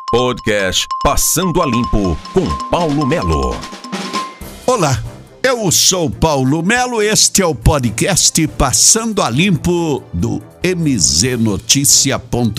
Podcast Passando a Limpo com Paulo Melo. Olá, eu sou Paulo Melo, este é o podcast Passando a Limpo do mznoticia.com.br.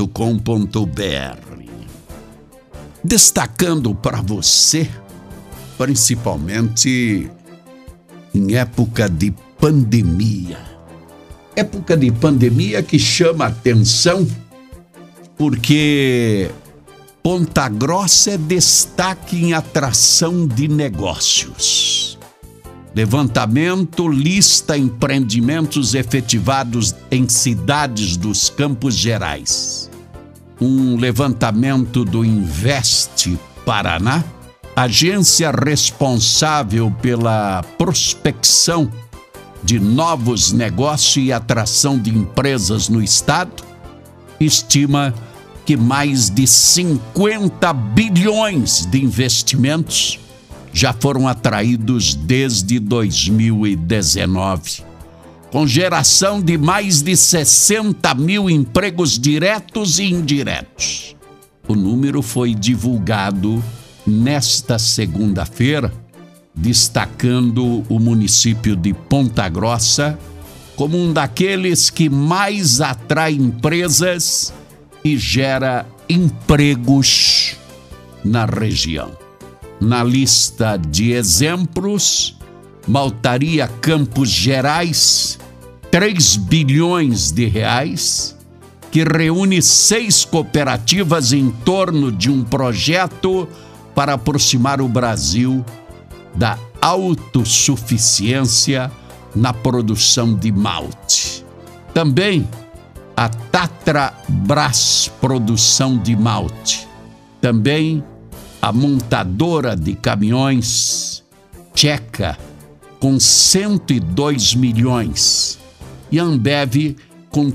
Destacando para você, principalmente em época de pandemia. Época de pandemia que chama atenção porque Ponta Grossa é destaque em atração de negócios. Levantamento lista empreendimentos efetivados em cidades dos Campos Gerais. Um levantamento do Invest Paraná, agência responsável pela prospecção de novos negócios e atração de empresas no estado, estima que mais de 50 bilhões de investimentos já foram atraídos desde 2019, com geração de mais de 60 mil empregos diretos e indiretos. O número foi divulgado nesta segunda-feira, destacando o município de Ponta Grossa como um daqueles que mais atrai empresas e gera empregos na região. Na lista de exemplos, Maltaria Campos Gerais, 3 bilhões de reais, que reúne 6 cooperativas em torno de um projeto para aproximar o Brasil da autossuficiência na produção de malte. Também a Tatra Brás Produção de Malte. Também a montadora de caminhões tcheca com 102 milhões e a Ambev com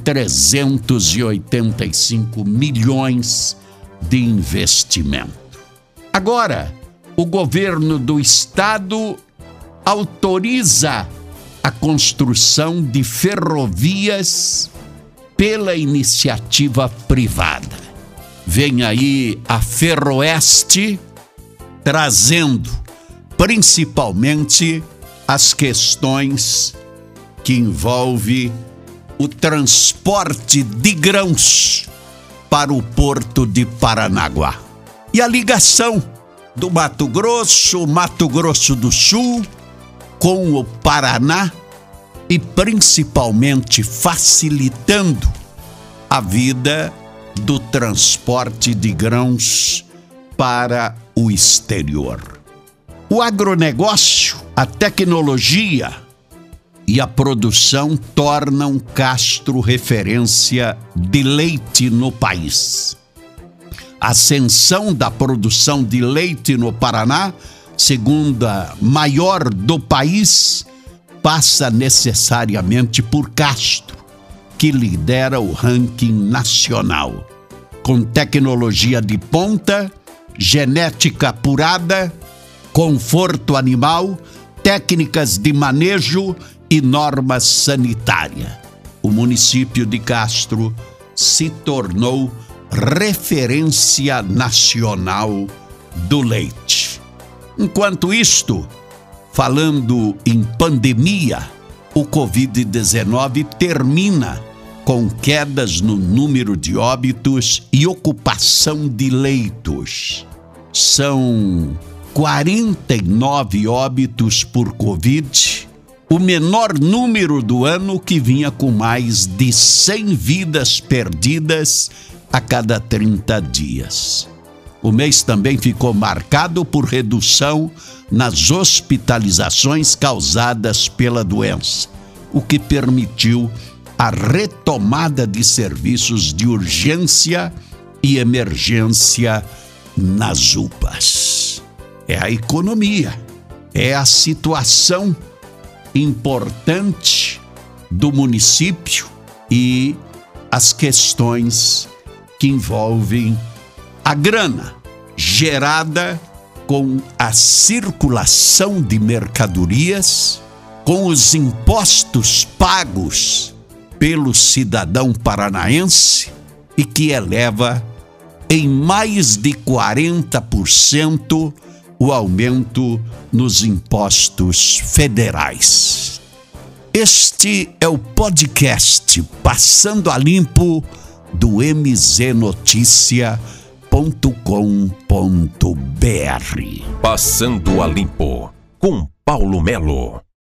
385 milhões de investimento. Agora, o governo do estado autoriza a construção de ferrovias pela iniciativa privada. Vem aí a Ferroeste trazendo principalmente as questões que envolvem o transporte de grãos para o porto de Paranaguá. E a ligação do Mato Grosso do Sul com o Paraná e principalmente facilitando a vida do transporte de grãos para o exterior. O agronegócio, a tecnologia e a produção tornam Castro referência de leite no país. A ascensão da produção de leite no Paraná, segunda maior do país, passa necessariamente por Castro, que lidera o ranking nacional. Com tecnologia de ponta, genética apurada, conforto animal, técnicas de manejo e normas sanitárias, o município de Castro se tornou referência nacional do leite. Enquanto isto, falando em pandemia, o Covid-19 termina com quedas no número de óbitos e ocupação de leitos. São 49 óbitos por Covid, o menor número do ano, que vinha com mais de 100 vidas perdidas a cada 30 dias. O mês também ficou marcado por redução nas hospitalizações causadas pela doença, o que permitiu a retomada de serviços de urgência e emergência nas UPAs. É a economia, é a situação importante do município e as questões que envolvem a grana gerada com a circulação de mercadorias, com os impostos pagos pelo cidadão paranaense e que eleva em mais de 40% o aumento nos impostos federais. Este é o podcast Passando a Limpo do mznoticia.com.br. Passando a Limpo com Paulo Melo.